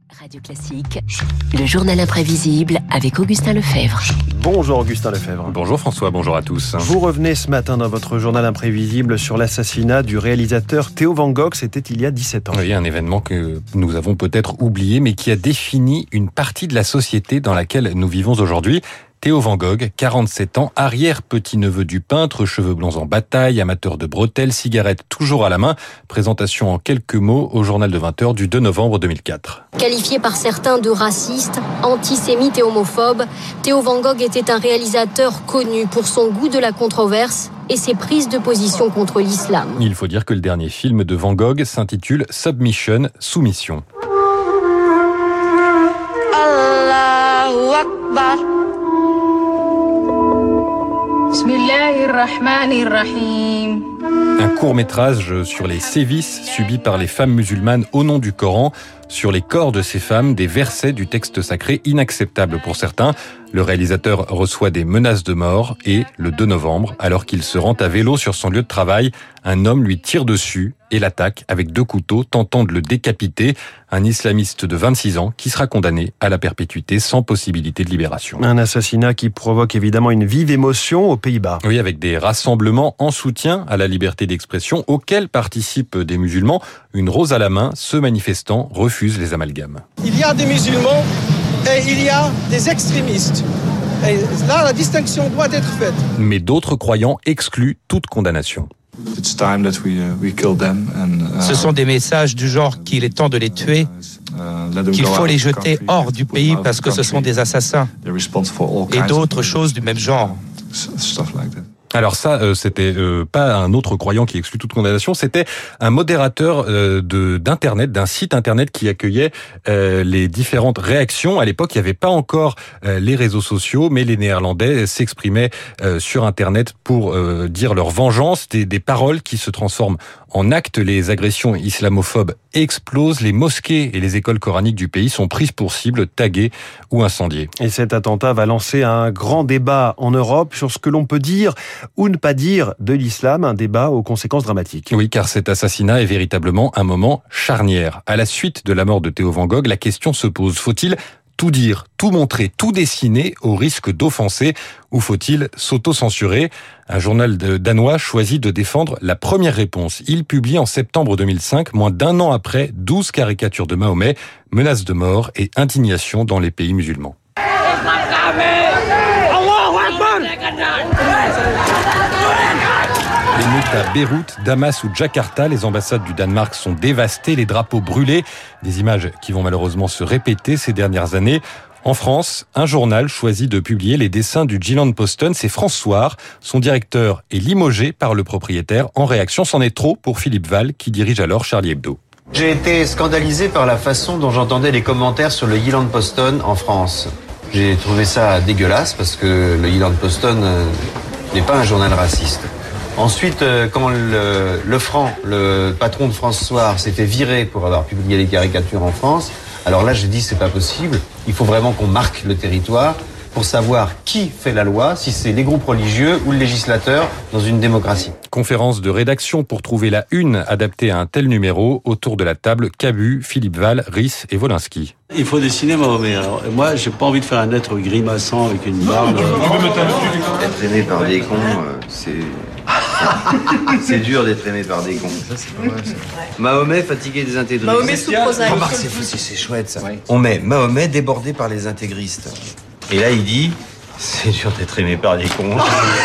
Radio Classique, le journal imprévisible avec Augustin Lefebvre. Bonjour Augustin Lefebvre. Bonjour François, bonjour à tous. Vous revenez ce matin dans votre journal imprévisible sur l'assassinat du réalisateur Theo van Gogh, c'était il y a 17 ans. Oui, un événement que nous avons peut-être oublié, mais qui a défini une partie de la société dans laquelle nous vivons aujourd'hui. Theo van Gogh, 47 ans, arrière-petit-neveu du peintre, cheveux blonds en bataille, amateur de bretelles, cigarette toujours à la main. Présentation en quelques mots au journal de 20h du 2 novembre 2004. Qualifié par certains de raciste, antisémite et homophobe, Theo van Gogh était un réalisateur connu pour son goût de la controverse et ses prises de position contre l'islam. Il faut dire que le dernier film de Van Gogh s'intitule Submission, Soumission. Allahu Akbar. Bismillahirrahmanirrahim. Un court-métrage sur les sévices subis par les femmes musulmanes au nom du Coran. Sur les corps de ces femmes, des versets du texte sacré inacceptables pour certains. Le réalisateur reçoit des menaces de mort et, le 2 novembre, alors qu'il se rend à vélo sur son lieu de travail, un homme lui tire dessus et l'attaque avec 2 couteaux, tentant de le décapiter. Un islamiste de 26 ans qui sera condamné à la perpétuité sans possibilité de libération. Un assassinat qui provoque évidemment une vive émotion aux Pays-Bas. Oui, avec des rassemblements en soutien à la liberté d'expression auxquels participent des musulmans. Une rose à la main, ce manifestant refuse les amalgames. Il y a des musulmans et il y a des extrémistes. Et là, la distinction doit être faite. Mais d'autres croyants excluent toute condamnation. Ce sont des messages du genre qu'il est temps de les tuer, qu'il faut les jeter hors du pays parce que ce sont des assassins, et d'autres choses du même genre. Alors ça, c'était pas un autre croyant qui exclut toute condamnation, c'était un modérateur d'internet, d'un site internet qui accueillait les différentes réactions. À l'époque, il n'y avait pas encore les réseaux sociaux, mais les Néerlandais s'exprimaient sur internet pour dire leur vengeance, des paroles qui se transforment en actes. Les agressions islamophobes explosent, les mosquées et les écoles coraniques du pays sont prises pour cible, taguées ou incendiées. Et cet attentat va lancer un grand débat en Europe sur ce que l'on peut dire ou ne pas dire de l'islam, un débat aux conséquences dramatiques. Oui, car cet assassinat est véritablement un moment charnière. À la suite de la mort de Theo van Gogh, la question se pose, faut-il tout dire, tout montrer, tout dessiner au risque d'offenser, ou faut-il s'auto-censurer? Un journal danois choisit de défendre la première réponse. Il publie en septembre 2005, moins d'1 an après, 12 caricatures de Mahomet, menaces de mort et indignation dans les pays musulmans. Émeutes à Beyrouth, Damas ou Jakarta, les ambassades du Danemark sont dévastées, les drapeaux brûlés, des images qui vont malheureusement se répéter ces dernières années. En France, un journal choisit de publier les dessins du Jyllands-Posten, c'est France Soir. Son directeur est limogé par le propriétaire. En réaction, c'en est trop pour Philippe Val, qui dirige alors Charlie Hebdo. J'ai été scandalisé par la façon dont j'entendais les commentaires sur le Jyllands-Posten en France. J'ai trouvé ça dégueulasse parce que le Jyllands-Posten n'est pas un journal raciste. Ensuite, quand le Franc, le patron de France Soir, s'est fait virer pour avoir publié les caricatures en France, alors là, j'ai dit c'est pas possible. Il faut vraiment qu'on marque le territoire pour savoir qui fait la loi, si c'est les groupes religieux ou le législateur dans une démocratie. Conférence de rédaction pour trouver la une adaptée à un tel numéro. Autour de la table, Cabu, Philippe Val, Ries et Wolinski. Il faut dessiner Mahomet. Alors, moi, j'ai pas envie de faire un être grimaçant avec une barbe. Être aimé par des cons, c'est dur d'être aimé par des cons. Ça, c'est pas vrai, ça. Mahomet fatigué des intégristes. Mahomet sous prosaïque. Remarque, c'est chouette ça. On met Mahomet débordé par les intégristes. Et là, il dit, c'est dur d'être aimé par des cons.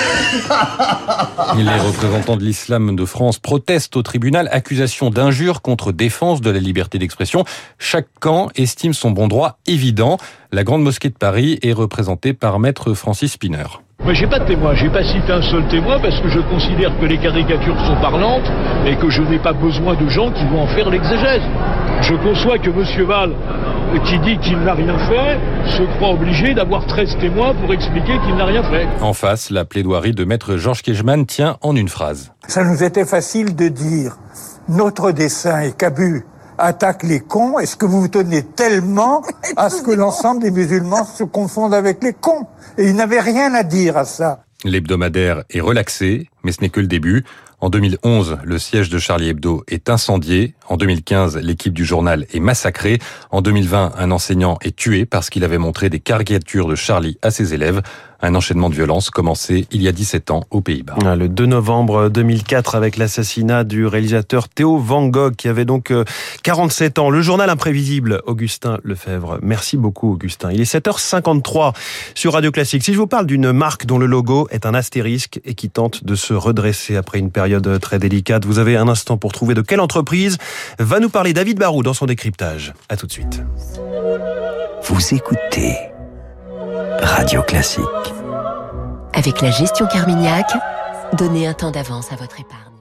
Les représentants de l'islam de France protestent au tribunal, accusation d'injure contre défense de la liberté d'expression. Chaque camp estime son bon droit évident. La Grande Mosquée de Paris est représentée par Maître Francis Spinner. Moi, j'ai pas de témoin, j'ai pas cité un seul témoin parce que je considère que les caricatures sont parlantes et que je n'ai pas besoin de gens qui vont en faire l'exégèse. Je conçois que M. Val, qui dit qu'il n'a rien fait, se croit obligé d'avoir 13 témoins pour expliquer qu'il n'a rien fait. En face, la plaidoirie de Maître Georges Kejman tient en une phrase. Ça nous était facile de dire notre dessin est Cabu attaque les cons. Est-ce que vous vous tenez tellement à ce que l'ensemble des musulmans se confondent avec les cons? Et ils n'avaient rien à dire à ça. L'hebdomadaire est relaxé, mais ce n'est que le début. En 2011, le siège de Charlie Hebdo est incendié. En 2015, l'équipe du journal est massacrée. En 2020, un enseignant est tué parce qu'il avait montré des caricatures de Charlie à ses élèves. Un enchaînement de violences commencé il y a 17 ans aux Pays-Bas. Le 2 novembre 2004 avec l'assassinat du réalisateur Theo Van Gogh qui avait donc 47 ans. Le journal imprévisible, Augustin Lefebvre. Merci beaucoup Augustin. Il est 7h53 sur Radio Classique. Si je vous parle d'une marque dont le logo est un astérisque et qui tente de se redresser après une période très délicate, vous avez un instant pour trouver de quelle entreprise va nous parler David Barou dans son décryptage. À tout de suite. Vous écoutez Radio Classique. Avec la gestion Carmignac, donnez un temps d'avance à votre épargne.